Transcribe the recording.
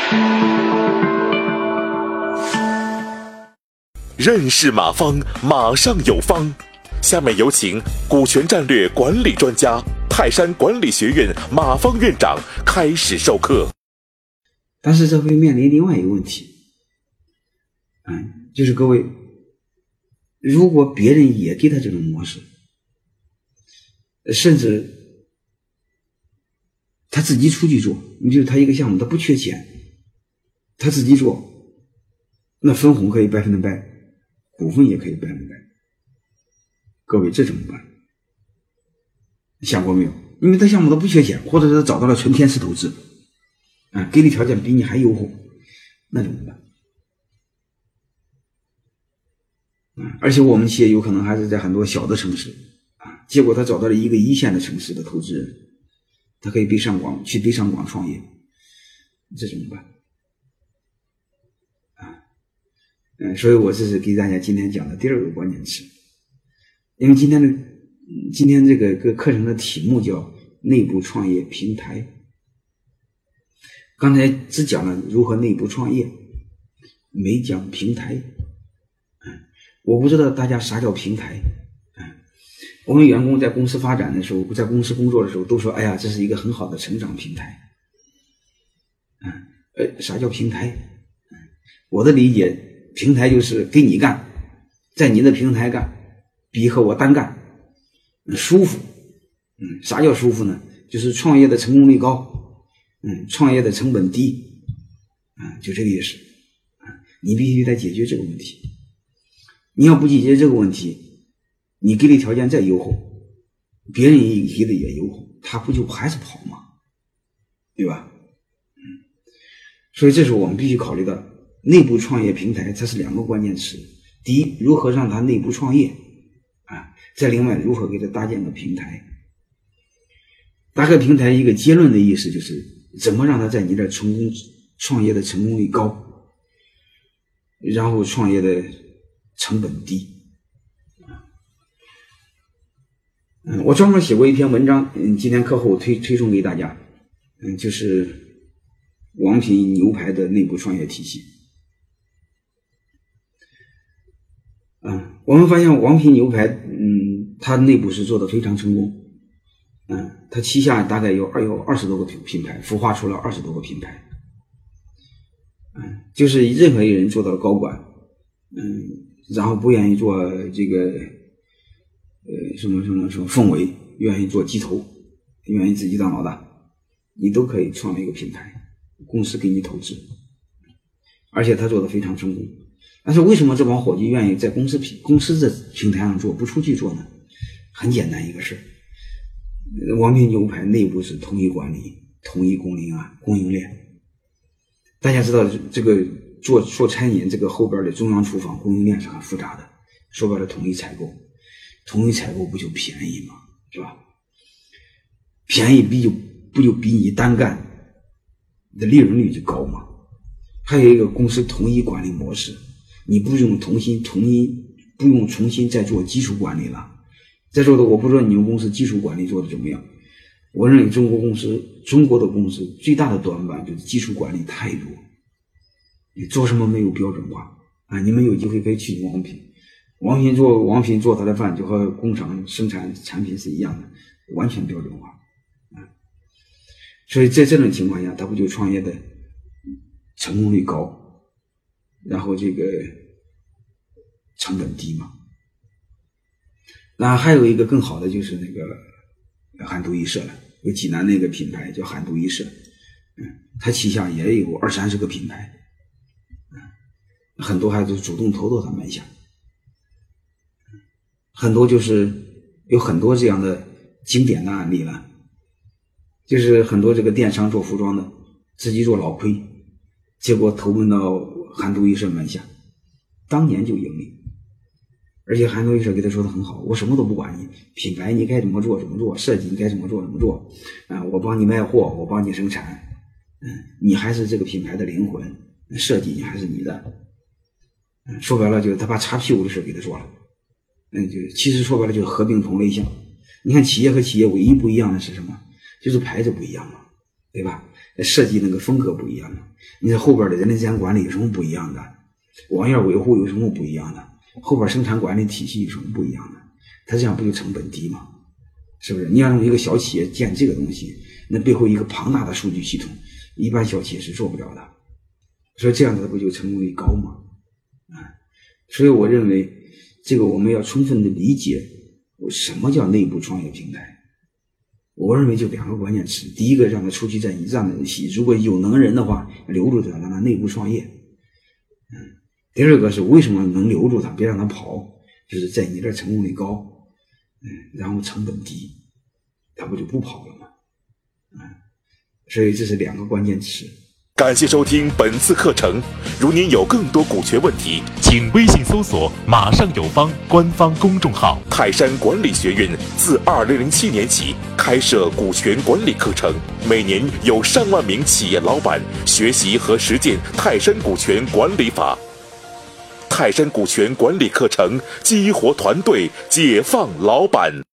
认识马方，马上有方。下面有请股权战略管理专家、泰山管理学院马方院长开始授课。 但是这会面临另外一个问题，就是各位，如果别人也给他这种模式，甚至他自己出去做，你比如他一个项目他不缺钱，他自己做，那分红可以100%，股份也可以100%。各位这怎么办？想过没有？因为他项目他不缺钱，或者是找到了纯天使投资，给你条件比你还优厚，那怎么办？而且我们企业有可能还是在很多小的城市结果他找到了一个一线的城市的投资人，他可以北上广创业，这怎么办？所以我这是给大家今天讲的第二个关键词。因为今天这个课程的题目叫内部创业平台，刚才只讲了如何内部创业，没讲平台。我不知道大家啥叫平台。我们员工在公司发展的时候，在公司工作的时候都说，哎呀，这是一个很好的成长平台。啥叫平台？我的理解，平台就是给你干，在你的平台干比和我单干舒服。啥叫舒服呢？就是创业的成功率高，创业的成本低，就这个意思。你必须得解决这个问题。你要不解决这个问题，你给的条件再优厚，别人给的也优厚，他不就还是跑吗？对吧？所以这是我们必须考虑到内部创业平台，它是两个关键词。第一，如何让它内部创业再另外如何给它搭建个平台。搭个平台一个结论的意思就是怎么让它在你这创业的成功率高，然后创业的成本低。我专门写过一篇文章，今天课后推送给大家，就是王品牛排的内部创业体系。我们发现王品牛排，它内部是做的非常成功。它旗下大概有20多个品牌，孵化出了20多个品牌。就是任何一人做到了高管，然后不愿意做这个什么凤尾，愿意做鸡头，愿意自己当老大，你都可以创立一个品牌，公司给你投资，而且他做的非常成功。但是为什么这帮伙计愿意在公司的平台上做，不出去做呢？很简单一个事，王品牛排内部是统一管理、统一供应链。大家知道这个做餐饮，这个后边的中央厨房供应链是很复杂的，说白了统一采购不就便宜吗？是吧？便宜不就比你单干的利润率就高吗？还有一个公司统一管理模式，你不用重新再做基础管理了。再说的，我不知道你们公司基础管理做的怎么样。我认为中国的公司最大的短板就是基础管理太弱，你做什么没有标准化你们有机会可以去王品做他的饭就和工厂生产产品是一样的，完全标准化所以在这种情况下，他不就创业的成功率高，然后这个成本低吗？那还有一个更好的就是那个韩都衣舍了，有济南那个品牌叫韩都衣舍，他旗下也有20-30个品牌，很多还都主动投到他门下，很多就是有很多这样的经典的案例了，就是很多这个电商做服装的自己做老亏，结果投奔到韩都衣舍门下，当年就盈利。而且韩都衣舍给他说的很好，我什么都不管你，品牌你该怎么做怎么做，设计你该怎么做怎么做我帮你卖货，我帮你生产你还是这个品牌的灵魂，设计你还是你的说白了就是他把擦屁股的事给他做了其实说白了就是合并同类项。你看企业和企业唯一不一样的是什么？就是牌子不一样嘛，对吧？ 设计那个风格不一样嘛。你这后边的人力资源管理有什么不一样的？网页维护有什么不一样的？后边生产管理体系有什么不一样的？它这样不就成本低吗？是不是？你要用一个小企业建这个东西，那背后一个庞大的数据系统，一般小企业是做不了的。所以这样子不就成功率高吗？所以我认为这个我们要充分的理解什么叫内部创业平台。我认为就2个关键词，第一个让他出去站如果有能人的话留住他，让他内部创业。第二个是为什么能留住他，别让他跑，就是在你这成功率高，然后成本低，他不就不跑了吗？所以这是2个关键词。 感谢收听本次课程。如您有更多股权问题，请微信搜索“马上有方”官方公众号。泰山管理学院自2007年起开设股权管理课程，每年有上万名企业老板学习和实践泰山股权管理法。泰山股权管理课程激活团队，解放老板。